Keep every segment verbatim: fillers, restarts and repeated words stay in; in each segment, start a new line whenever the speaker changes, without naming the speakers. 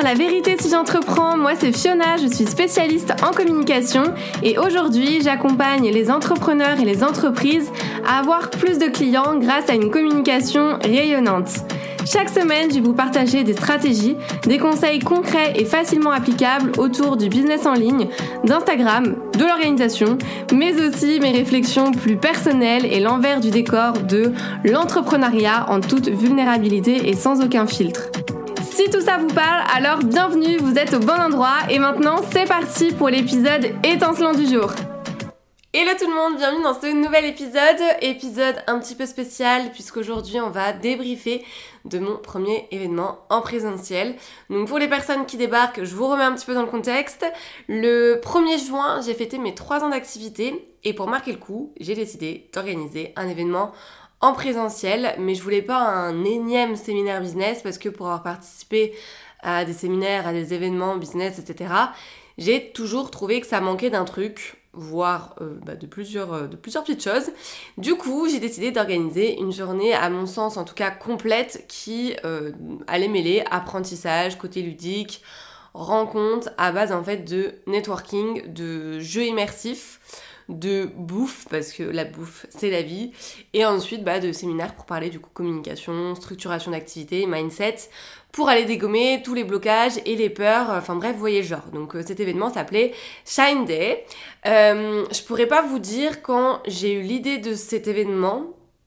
La vérité si j'entreprends, moi c'est Fiona, je suis spécialiste en communication et aujourd'hui j'accompagne les entrepreneurs et les entreprises à avoir plus de clients grâce à une communication rayonnante. Chaque semaine, je vais vous partager des stratégies, des conseils concrets et facilement applicables autour du business en ligne, d'Instagram, de l'organisation, mais aussi mes réflexions plus personnelles et l'envers du décor de l'entrepreneuriat en toute vulnérabilité et sans aucun filtre. Si tout ça vous parle, alors bienvenue, vous êtes au bon endroit et maintenant c'est parti pour l'épisode étincelant du jour. Hello tout le monde, bienvenue dans ce nouvel épisode, épisode un petit peu spécial puisqu'aujourd'hui on va débriefer de mon premier événement en présentiel. Donc pour les personnes qui débarquent, je vous remets un petit peu dans le contexte. Le premier juin, j'ai fêté mes trois ans d'activité et pour marquer le coup, j'ai décidé d'organiser un événement en présentiel, mais je voulais pas un énième séminaire business parce que pour avoir participé à des séminaires, à des événements business, et cetera, j'ai toujours trouvé que ça manquait d'un truc, voire euh, bah, de, plusieurs, euh, de plusieurs petites choses. Du coup, j'ai décidé d'organiser une journée, à mon sens en tout cas complète, qui euh, allait mêler apprentissage, côté ludique, rencontre à base en fait de networking, de jeux immersifs, de bouffe, parce que la bouffe c'est la vie, et ensuite bah, de séminaires pour parler du coup communication, structuration d'activité, mindset, pour aller dégommer tous les blocages et les peurs, enfin bref, vous voyez le genre. Donc euh, cet événement s'appelait Shine Day. Euh, je pourrais pas vous dire quand j'ai eu l'idée de cet événement,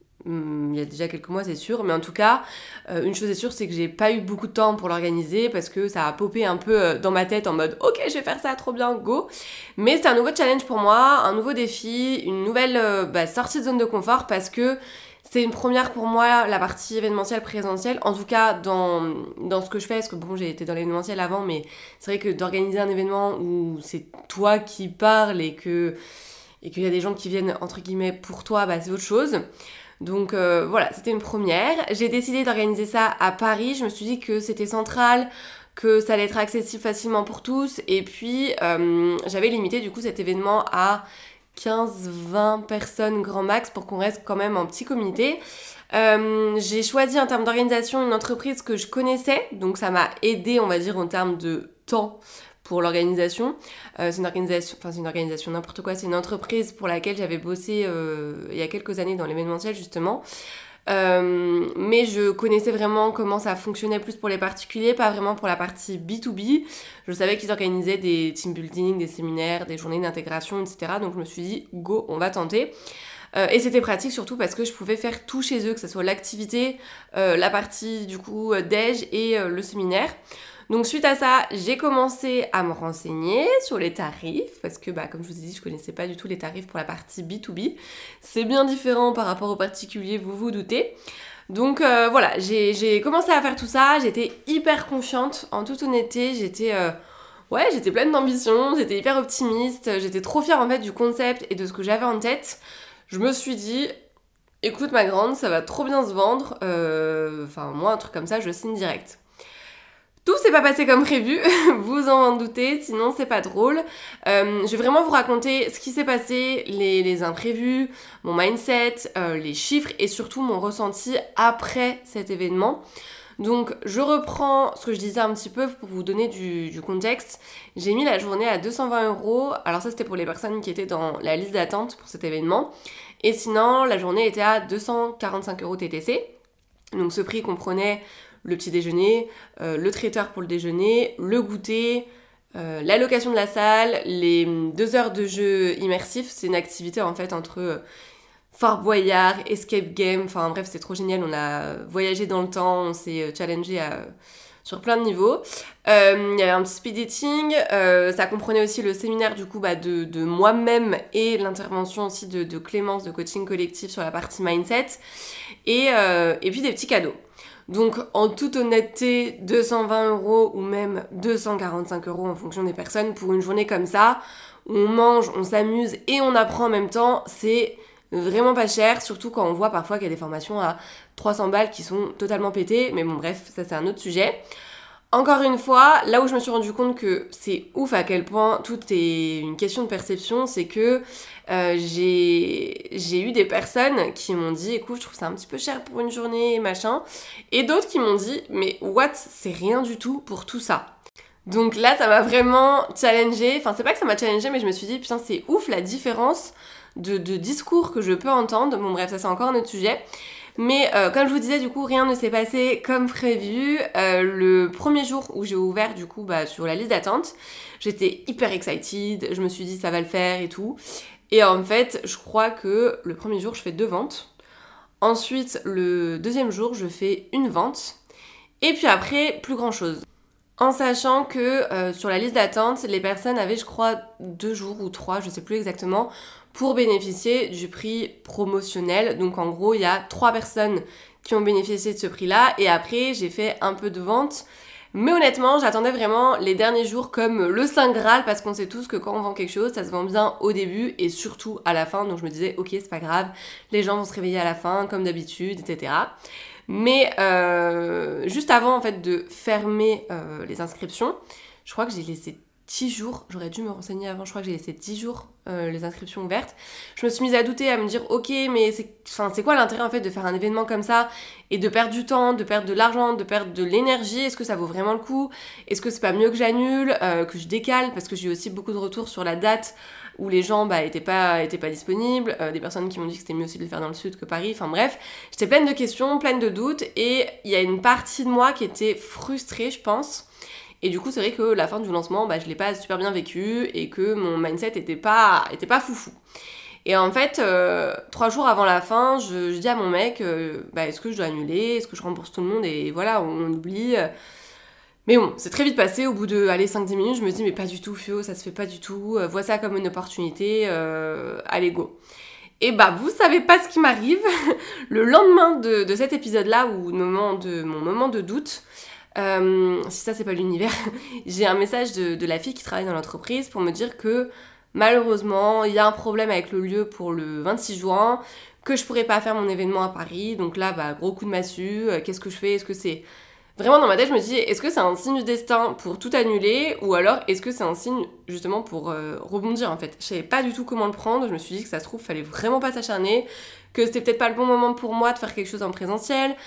il y a déjà quelques mois c'est sûr, mais en tout cas euh, une chose est sûre, c'est que j'ai pas eu beaucoup de temps pour l'organiser parce que ça a popé un peu euh, dans ma tête en mode ok je vais faire ça, trop bien, go. Mais c'est un nouveau challenge pour moi, un nouveau défi, une nouvelle euh, bah, sortie de zone de confort parce que c'est une première pour moi, la partie événementielle présentielle, en tout cas dans, dans ce que je fais, parce que bon j'ai été dans l'événementiel avant, mais c'est vrai que d'organiser un événement où c'est toi qui parles et que et qu'il y a des gens qui viennent entre guillemets pour toi, bah c'est autre chose. Donc euh, voilà, c'était une première. J'ai décidé d'organiser ça à Paris. Je me suis dit que c'était central, que ça allait être accessible facilement pour tous. Et puis euh, j'avais limité du coup cet événement à quinze vingt personnes grand max pour qu'on reste quand même en petit comité. Euh, j'ai choisi en termes d'organisation une entreprise que je connaissais, donc ça m'a aidé on va dire en termes de temps pour l'organisation. Euh, c'est une organisation, enfin c'est une organisation, n'importe quoi, c'est une entreprise pour laquelle j'avais bossé euh, il y a quelques années dans l'événementiel justement. Euh, mais je connaissais vraiment comment ça fonctionnait plus pour les particuliers, pas vraiment pour la partie B deux B. Je savais qu'ils organisaient des team building, des séminaires, des journées d'intégration, et cetera. Donc je me suis dit, go, on va tenter. Euh, et c'était pratique surtout parce que je pouvais faire tout chez eux, que ce soit l'activité, euh, la partie du coup déj et euh, le séminaire. Donc suite à ça, j'ai commencé à me renseigner sur les tarifs parce que bah, comme je vous ai dit, je connaissais pas du tout les tarifs pour la partie B deux B. C'est bien différent par rapport aux particuliers, vous vous doutez. Donc euh, voilà, j'ai, j'ai commencé à faire tout ça, j'étais hyper confiante, en toute honnêteté, j'étais... Euh, ouais, j'étais pleine d'ambition, j'étais hyper optimiste, j'étais trop fière en fait du concept et de ce que j'avais en tête. Je me suis dit, écoute ma grande, ça va trop bien se vendre, enfin euh, moi un truc comme ça, je signe direct. Tout s'est pas passé comme prévu, vous en doutez, sinon c'est pas drôle. Euh, je vais vraiment vous raconter ce qui s'est passé, les, les imprévus, mon mindset, euh, les chiffres et surtout mon ressenti après cet événement. Donc je reprends ce que je disais un petit peu pour vous donner du, du contexte. J'ai mis la journée à deux cent vingt euros, alors ça c'était pour les personnes qui étaient dans la liste d'attente pour cet événement. Et sinon la journée était à deux cent quarante-cinq euros T T C. Donc ce prix comprenait le petit déjeuner, euh, le traiteur pour le déjeuner, le goûter, euh, la location de la salle, les deux heures de jeu immersif. C'est une activité en fait entre euh, Fort Boyard, Escape Game, enfin bref c'est trop génial, on a voyagé dans le temps, on s'est challengé à, sur plein de niveaux. Euh, il y avait un petit speed dating, euh, ça comprenait aussi le séminaire du coup bah, de, de moi-même et l'intervention aussi de, de Clémence de coaching collectif sur la partie mindset et, euh, et puis des petits cadeaux. Donc en toute honnêteté, deux cent vingt euros ou même deux cent quarante-cinq euros en fonction des personnes pour une journée comme ça, où on mange, on s'amuse et on apprend en même temps, c'est vraiment pas cher, surtout quand on voit parfois qu'il y a des formations à trois cents balles qui sont totalement pétées, mais bon bref, ça c'est un autre sujet. Encore une fois, là où je me suis rendu compte que c'est ouf à quel point tout est une question de perception, c'est que euh, j'ai, j'ai eu des personnes qui m'ont dit écoute, je trouve ça un petit peu cher pour une journée, machin, et d'autres qui m'ont dit mais what, c'est rien du tout pour tout ça. Donc là, ça m'a vraiment challengée. Enfin, c'est pas que ça m'a challengée, mais je me suis dit, putain, c'est ouf la différence de, de discours que je peux entendre. Bon, bref, ça c'est encore un autre sujet. Mais euh, comme je vous disais, du coup, rien ne s'est passé comme prévu. Euh, le premier jour où j'ai ouvert, du coup, bah, sur la liste d'attente, j'étais hyper excited. Je me suis dit, ça va le faire et tout. Et en fait, je crois que le premier jour, je fais deux ventes. Ensuite, le deuxième jour, je fais une vente. Et puis après, plus grand chose. En sachant que euh, sur la liste d'attente, les personnes avaient, je crois, deux jours ou trois, je sais plus exactement, pour bénéficier du prix promotionnel. Donc en gros, il y a trois personnes qui ont bénéficié de ce prix-là. Et après, j'ai fait un peu de vente. Mais honnêtement, j'attendais vraiment les derniers jours comme le Saint Graal, parce qu'on sait tous que quand on vend quelque chose, ça se vend bien au début et surtout à la fin. Donc je me disais, ok, c'est pas grave, les gens vont se réveiller à la fin, comme d'habitude, et cetera. Mais euh, juste avant en fait de fermer euh, les inscriptions, je crois que j'ai laissé dix jours, j'aurais dû me renseigner avant, je crois que j'ai laissé dix jours euh, les inscriptions ouvertes. Je me suis mise à douter, à me dire ok, mais c'est, enfin, c'est quoi l'intérêt en fait de faire un événement comme ça et de perdre du temps, de perdre de l'argent, de perdre de l'énergie? Est-ce que ça vaut vraiment le coup? Est-ce que c'est pas mieux que j'annule, euh, que je décale? Parce que j'ai eu aussi beaucoup de retours sur la date où les gens bah, étaient pas, étaient pas disponibles, euh, des personnes qui m'ont dit que c'était mieux aussi de le faire dans le sud que Paris, enfin bref, j'étais pleine de questions, pleine de doutes, et il y a une partie de moi qui était frustrée, je pense. Et du coup, c'est vrai que la fin du lancement, bah, je l'ai pas super bien vécu et que mon mindset était pas, était pas foufou. Et en fait, euh, trois jours avant la fin, je, je dis à mon mec, euh, bah, est-ce que je dois annuler? Est-ce que je rembourse tout le monde? Et voilà, on, on oublie. Mais bon, c'est très vite passé. Au bout de allez, cinq dix minutes, je me dis, mais pas du tout, Fio, ça se fait pas du tout. Euh, vois ça comme une opportunité. Euh, allez, go. Et bah, vous savez pas ce qui m'arrive. Le lendemain de, de cet épisode-là, ou de, moment de mon moment de doute, Euh, si ça c'est pas l'univers, j'ai un message de, de la fille qui travaille dans l'entreprise pour me dire que malheureusement il y a un problème avec le lieu pour le vingt-six juin, que je pourrais pas faire mon événement à Paris. Donc là bah gros coup de massue, euh, qu'est-ce que je fais? Est-ce que c'est vraiment dans ma tête, je me dis est-ce que c'est un signe du destin pour tout annuler, ou alors est-ce que c'est un signe justement pour euh, rebondir en fait? Je savais pas du tout comment le prendre. Je me suis dit que ça se trouve fallait vraiment pas s'acharner, que c'était peut-être pas le bon moment pour moi de faire quelque chose en présentiel.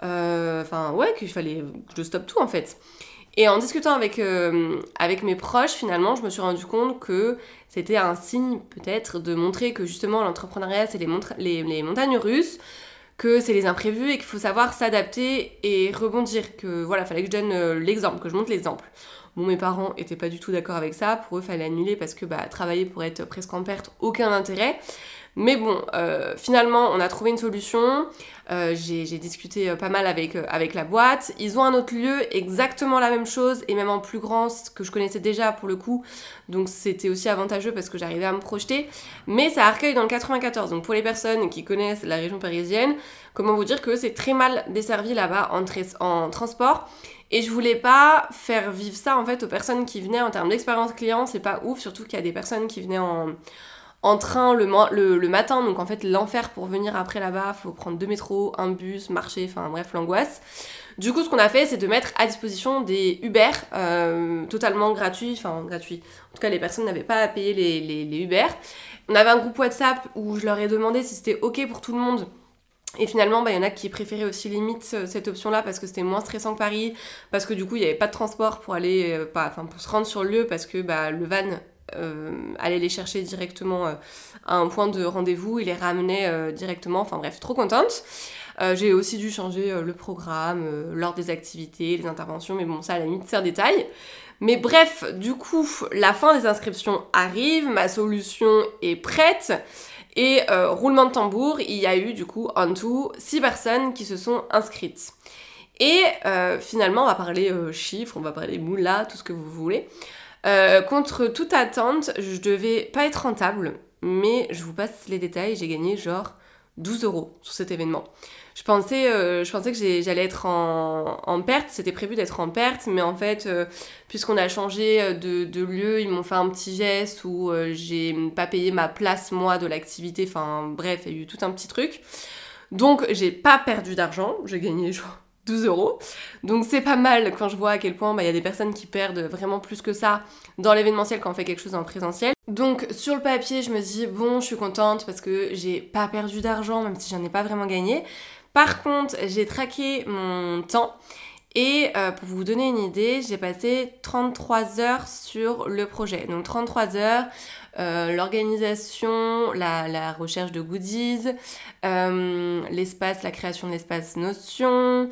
Enfin euh, ouais, qu'il fallait que je stoppe tout en fait. Et en discutant avec, euh, avec mes proches, finalement, je me suis rendu compte que c'était un signe peut-être de montrer que justement l'entrepreneuriat c'est les, montra- les, les montagnes russes, que c'est les imprévus et qu'il faut savoir s'adapter et rebondir. Que voilà, fallait que je donne euh, l'exemple, que je montre l'exemple. Bon, mes parents étaient pas du tout d'accord avec ça, pour eux fallait annuler parce que bah, travailler pour être presque en perte, aucun intérêt. Mais bon, euh, finalement, on a trouvé une solution. Euh, j'ai, j'ai discuté euh, pas mal avec, euh, avec la boîte. Ils ont un autre lieu, exactement la même chose, et même en plus grand, ce que je connaissais déjà pour le coup. Donc c'était aussi avantageux parce que j'arrivais à me projeter. Mais c'est à Arcueil dans le quatre-vingt-quatorze. Donc pour les personnes qui connaissent la région parisienne, comment vous dire que c'est très mal desservi là-bas en, tra- en transport. Et je voulais pas faire vivre ça en fait aux personnes qui venaient en termes d'expérience client. C'est pas ouf, surtout qu'il y a des personnes qui venaient en... en train le, le, le matin, donc en fait l'enfer pour venir après là-bas, faut prendre deux métros, un bus, marcher, enfin bref, l'angoisse. Du coup, ce qu'on a fait, c'est de mettre à disposition des Uber euh, totalement gratuits, enfin gratuits. En tout cas, les personnes n'avaient pas à payer les, les, les Uber. On avait un groupe WhatsApp où je leur ai demandé si c'était ok pour tout le monde. Et finalement, bah, y en a qui préféraient aussi limite cette option-là parce que c'était moins stressant que Paris, parce que du coup, il n'y avait pas de transport pour aller, euh, pas, enfin pour se rendre sur le lieu, parce que bah, le van Euh, aller les chercher directement euh, à un point de rendez-vous, il les ramenait euh, directement, enfin bref, trop contente. Euh, j'ai aussi dû changer euh, le programme, euh, l'ordre des activités, les interventions, mais bon, ça à la limite c'est un détail. Mais bref, du coup, la fin des inscriptions arrive, ma solution est prête, et euh, roulement de tambour, il y a eu du coup en tout six personnes qui se sont inscrites. Et euh, finalement, on va parler euh, chiffres, on va parler moula, tout ce que vous voulez. Euh, contre toute attente, je devais pas être rentable, mais je vous passe les détails, j'ai gagné genre douze euros sur cet événement. Je pensais, euh, je pensais que j'ai, j'allais être en, en perte, c'était prévu d'être en perte, mais en fait, euh, puisqu'on a changé de, de lieu, ils m'ont fait un petit geste où euh, j'ai pas payé ma place, moi, de l'activité, enfin bref, il y a eu tout un petit truc. Donc j'ai pas perdu d'argent, j'ai gagné genre douze euros. Donc c'est pas mal quand je vois à quel point bah, y a des personnes qui perdent vraiment plus que ça dans l'événementiel quand on fait quelque chose en présentiel. Donc sur le papier, je me dis bon, je suis contente parce que j'ai pas perdu d'argent, même si j'en ai pas vraiment gagné. Par contre, j'ai traqué mon temps Et euh, pour vous donner une idée, j'ai passé trente-trois heures sur le projet. Donc trente-trois heures, euh, l'organisation, la, la recherche de goodies, euh, l'espace, la création de l'espace Notion,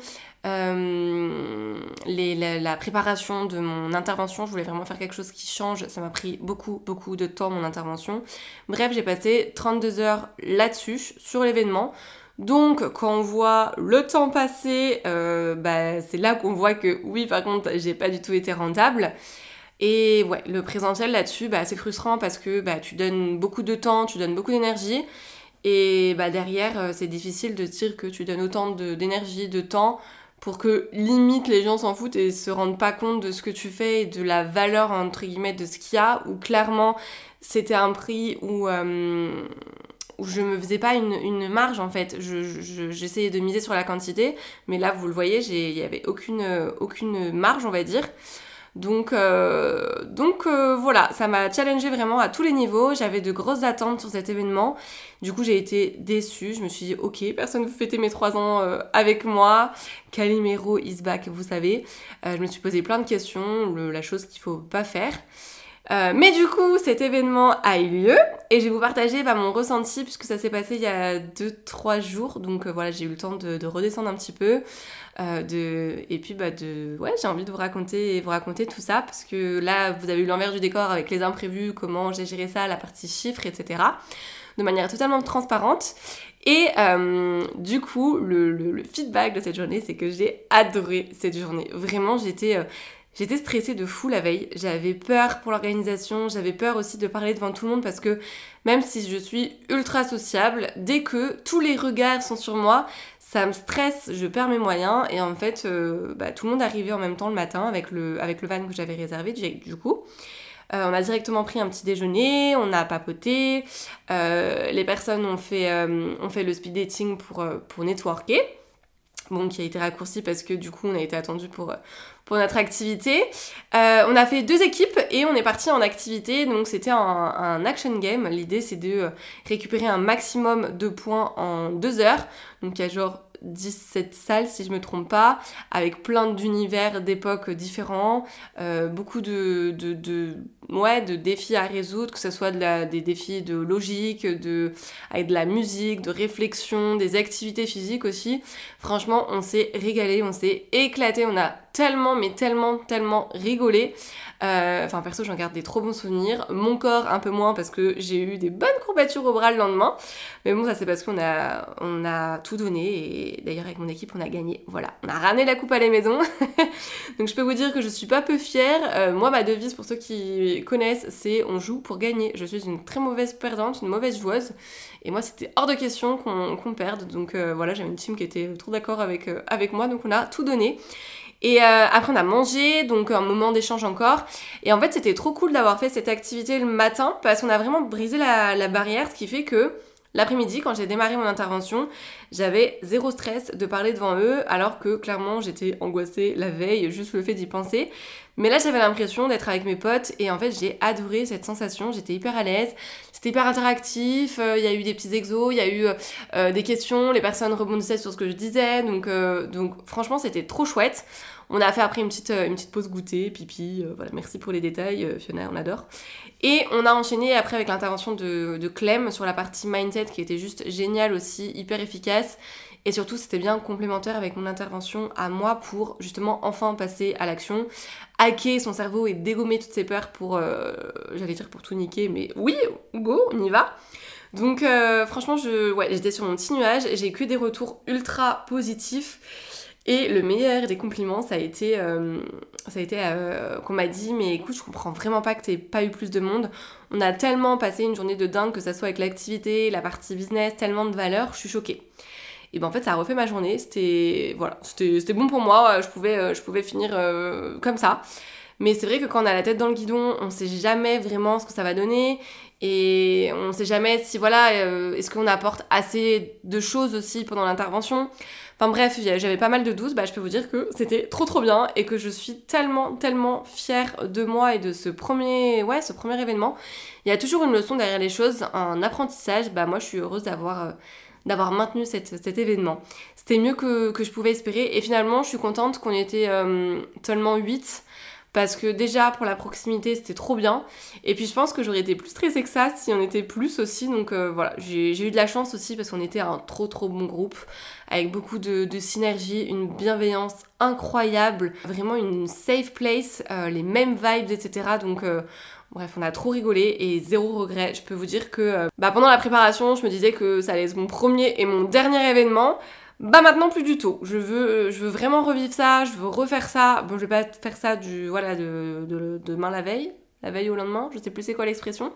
euh, les, la, la préparation de mon intervention. Je voulais vraiment faire quelque chose qui change. Ça m'a pris beaucoup, beaucoup de temps, mon intervention. Bref, j'ai passé trente-deux heures là-dessus, sur l'événement. Donc quand on voit le temps passer, euh, bah, c'est là qu'on voit que oui, par contre, j'ai pas du tout été rentable. Et ouais, le présentiel là-dessus, bah, c'est frustrant parce que bah, tu donnes beaucoup de temps, tu donnes beaucoup d'énergie. Et bah, derrière, c'est difficile de dire que tu donnes autant de, d'énergie, de temps pour que limite les gens s'en foutent et se rendent pas compte de ce que tu fais et de la valeur entre guillemets de ce qu'il y a, ou clairement c'était un prix où... Euh, où je me faisais pas une, une marge en fait, je, je, j'essayais de miser sur la quantité, mais là vous le voyez, il y avait aucune, aucune marge on va dire, donc, euh, donc euh, voilà, ça m'a challengée vraiment à tous les niveaux, j'avais de grosses attentes sur cet événement, du coup j'ai été déçue, je me suis dit ok, personne ne fêtait mes trois ans euh, avec moi, Calimero is back vous savez, euh, je me suis posé plein de questions, le, la chose qu'il faut pas faire. Euh, mais du coup, cet événement a eu lieu et je vais vous partager bah, mon ressenti puisque ça s'est passé il y a deux trois jours. Donc euh, voilà, j'ai eu le temps de, de redescendre un petit peu. Euh, de... Et puis bah, de... ouais, j'ai envie de vous raconter, vous raconter tout ça parce que là, vous avez eu l'envers du décor avec les imprévus, comment j'ai géré ça, la partie chiffres, et cetera. De manière totalement transparente. Et euh, du coup, le, le, le feedback de cette journée, c'est que j'ai adoré cette journée. Vraiment, j'étais... Euh, J'étais stressée de fou la veille, j'avais peur pour l'organisation, j'avais peur aussi de parler devant tout le monde parce que même si je suis ultra sociable, dès que tous les regards sont sur moi, ça me stresse, je perds mes moyens et en fait euh, bah, tout le monde arrivait en même temps le matin avec le, avec le van que j'avais réservé du coup. Euh, on a directement pris un petit déjeuner, on a papoté, euh, les personnes ont fait, euh, ont fait le speed dating pour, euh, pour networker. Bon, qui a été raccourci parce que du coup on a été attendu pour, pour notre activité. Euh, on a fait deux équipes et on est parti en activité, donc c'était un, un action game. L'idée c'est de récupérer un maximum de points en deux heures. Donc il y a genre dix-sept salles si je me trompe pas, avec plein d'univers d'époques différents, euh, beaucoup de, de, de, ouais, de défis à résoudre, que ce soit de la, des défis de logique, de, avec de la musique, de réflexion, des activités physiques aussi. Franchement, on s'est régalé, on s'est éclaté, on a tellement, mais tellement, tellement rigolé. Euh, enfin, perso, j'en garde des trop bons souvenirs. Mon corps, un peu moins, parce que j'ai eu des bonnes courbatures au bras le lendemain. Mais bon, ça, c'est parce qu'on a, on a tout donné. Et d'ailleurs, avec mon équipe, on a gagné. Voilà, on a ramené la coupe à la maison. Donc, je peux vous dire que je suis pas peu fière. Euh, moi, ma devise, pour ceux qui connaissent, c'est on joue pour gagner. Je suis une très mauvaise perdante, une mauvaise joueuse. Et moi, c'était hors de question qu'on, qu'on perde. Donc, euh, voilà, j'avais une team qui était trop d'accord avec, euh, avec moi. Donc, on a tout donné. Et euh, après on a mangé, donc un moment d'échange encore. Et en fait c'était trop cool d'avoir fait cette activité le matin parce qu'on a vraiment brisé la, la barrière, ce qui fait que l'après-midi, quand j'ai démarré mon intervention, j'avais zéro stress de parler devant eux, alors que clairement j'étais angoissée la veille, juste le fait d'y penser. Mais là j'avais l'impression d'être avec mes potes et en fait j'ai adoré cette sensation, j'étais hyper à l'aise, c'était hyper interactif, il euh, y a eu des petits exos, il y a eu euh, des questions, les personnes rebondissaient sur ce que je disais, donc, euh, donc franchement c'était trop chouette. On a fait après une petite, une petite pause goûter, pipi, euh, voilà, merci pour les détails, euh, Fiona, on adore. Et on a enchaîné après avec l'intervention de, de Clem sur la partie mindset qui était juste géniale aussi, hyper efficace. Et surtout, c'était bien complémentaire avec mon intervention à moi pour justement enfin passer à l'action, hacker son cerveau et dégommer toutes ses peurs pour, euh, j'allais dire pour tout niquer, mais oui, go, on y va. Donc euh, franchement, je, ouais, j'étais sur mon petit nuage, j'ai eu que des retours ultra positifs. Et le meilleur des compliments, ça a été, euh, ça a été euh, qu'on m'a dit « Mais écoute, je comprends vraiment pas que t'aies pas eu plus de monde. On a tellement passé une journée de dingue, que ça soit avec l'activité, la partie business, tellement de valeur, je suis choquée. » Et ben en fait, ça a refait ma journée. C'était, voilà, c'était, c'était bon pour moi. Je pouvais, je pouvais finir euh, comme ça. Mais c'est vrai que quand on a la tête dans le guidon, on sait jamais vraiment ce que ça va donner. Et on sait jamais si, voilà, euh, est-ce qu'on apporte assez de choses aussi pendant l'intervention. Enfin bref, j'avais pas mal de doutes, bah je peux vous dire que c'était trop trop bien et que je suis tellement tellement fière de moi et de ce premier, ouais, ce premier événement. Il y a toujours une leçon derrière les choses, un apprentissage, bah moi je suis heureuse d'avoir, euh, d'avoir maintenu cette, cet événement. C'était mieux que, que je pouvais espérer et finalement je suis contente qu'on était euh, seulement huit parce que déjà pour la proximité c'était trop bien et puis je pense que j'aurais été plus stressée que ça si on était plus aussi, donc euh, voilà, j'ai, j'ai eu de la chance aussi parce qu'on était un trop trop bon groupe avec beaucoup de, de synergie, une bienveillance incroyable, vraiment une safe place, euh, les mêmes vibes, et cetera. Donc euh, bref, on a trop rigolé et zéro regret. Je peux vous dire que euh, bah, pendant la préparation, je me disais que ça allait être mon premier et mon dernier événement. Bah maintenant plus du tout. Je veux, je veux vraiment revivre ça, je veux refaire ça. Bon, je vais pas faire ça du voilà de, de, de demain la veille, la veille au lendemain. Je sais plus c'est quoi l'expression.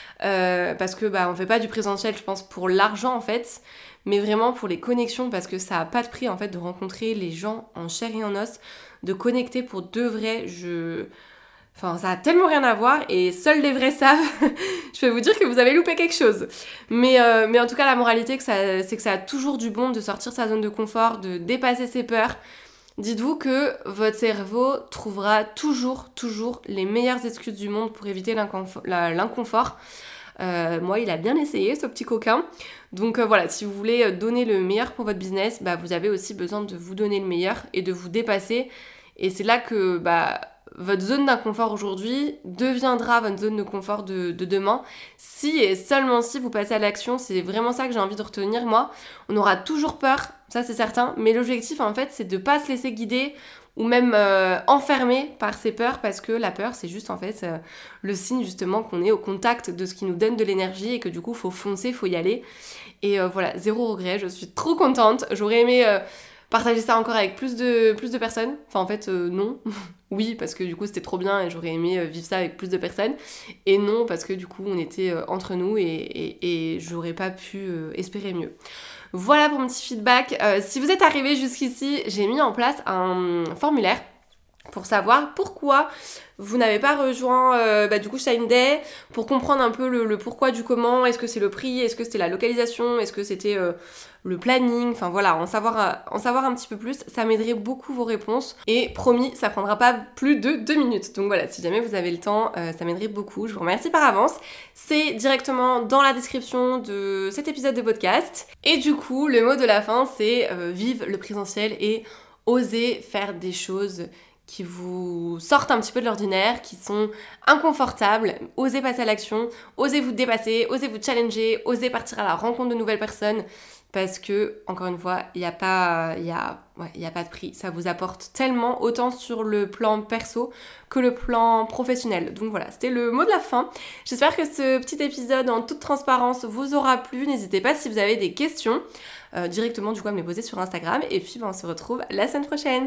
Euh, parce que bah on fait pas du présentiel, je pense pour l'argent en fait, mais vraiment pour les connexions parce que ça a pas de prix en fait de rencontrer les gens en chair et en os, de connecter pour de vrai. Je Enfin, ça a tellement rien à voir et seuls les vrais savent. Je vais vous dire que vous avez loupé quelque chose. Mais, euh, mais en tout cas, la moralité, que ça, c'est que ça a toujours du bon de sortir de sa zone de confort, de dépasser ses peurs. Dites-vous que votre cerveau trouvera toujours, toujours les meilleures excuses du monde pour éviter l'inconfort. La, l'inconfort. Euh, moi, il a bien essayé, ce petit coquin. Donc euh, voilà, si vous voulez donner le meilleur pour votre business, bah, vous avez aussi besoin de vous donner le meilleur et de vous dépasser. Et c'est là que... bah votre zone d'inconfort aujourd'hui deviendra votre zone de confort de, de demain si et seulement si vous passez à l'action. C'est vraiment ça que j'ai envie de retenir moi. On aura toujours peur, ça c'est certain, mais l'objectif en fait c'est de pas se laisser guider ou même euh, enfermer par ces peurs parce que la peur c'est juste en fait euh, le signe justement qu'on est au contact de ce qui nous donne de l'énergie et que du coup faut foncer, faut y aller. Et euh, voilà, zéro regret, je suis trop contente. J'aurais aimé... Euh, partager ça encore avec plus de, plus de personnes. Enfin, en fait, euh, non. Oui, parce que du coup, c'était trop bien et j'aurais aimé euh, vivre ça avec plus de personnes. Et non, parce que du coup, on était euh, entre nous et, et, et j'aurais pas pu euh, espérer mieux. Voilà pour mon petit feedback. Euh, si vous êtes arrivé jusqu'ici, j'ai mis en place un formulaire pour savoir pourquoi vous n'avez pas rejoint euh, bah, du coup Shine Day, pour comprendre un peu le, le pourquoi du comment. Est-ce que c'est le prix, est-ce que c'était la localisation, est-ce que c'était euh, le planning, enfin voilà, en savoir, en savoir un petit peu plus, ça m'aiderait beaucoup vos réponses et promis, ça prendra pas plus de deux minutes. Donc voilà, si jamais vous avez le temps, euh, ça m'aiderait beaucoup, je vous remercie par avance. C'est directement dans la description de cet épisode de podcast. Et du coup, le mot de la fin, c'est euh, vive le présentiel et osez faire des choses qui vous sortent un petit peu de l'ordinaire, qui sont inconfortables. Osez passer à l'action, osez vous dépasser, osez vous challenger, osez partir à la rencontre de nouvelles personnes parce que, encore une fois, il n'y a pas, y a, ouais, y a pas de prix. Ça vous apporte tellement, autant sur le plan perso que le plan professionnel. Donc voilà, c'était le mot de la fin. J'espère que ce petit épisode en toute transparence vous aura plu. N'hésitez pas si vous avez des questions euh, directement du coup à me les poser sur Instagram. Et puis ben, on se retrouve la semaine prochaine.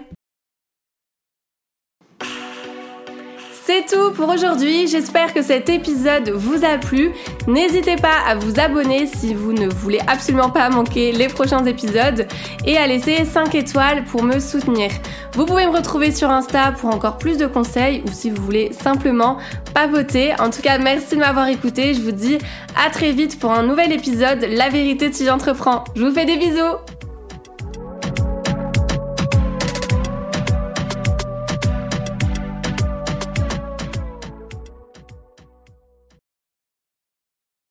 C'est tout pour aujourd'hui, j'espère que cet épisode vous a plu. N'hésitez pas à vous abonner si vous ne voulez absolument pas manquer les prochains épisodes et à laisser cinq étoiles pour me soutenir. Vous pouvez me retrouver sur Insta pour encore plus de conseils ou si vous voulez simplement papoter. En tout cas, merci de m'avoir écouté. Je vous dis à très vite pour un nouvel épisode La vérité si j'entreprends. Je vous fais des bisous.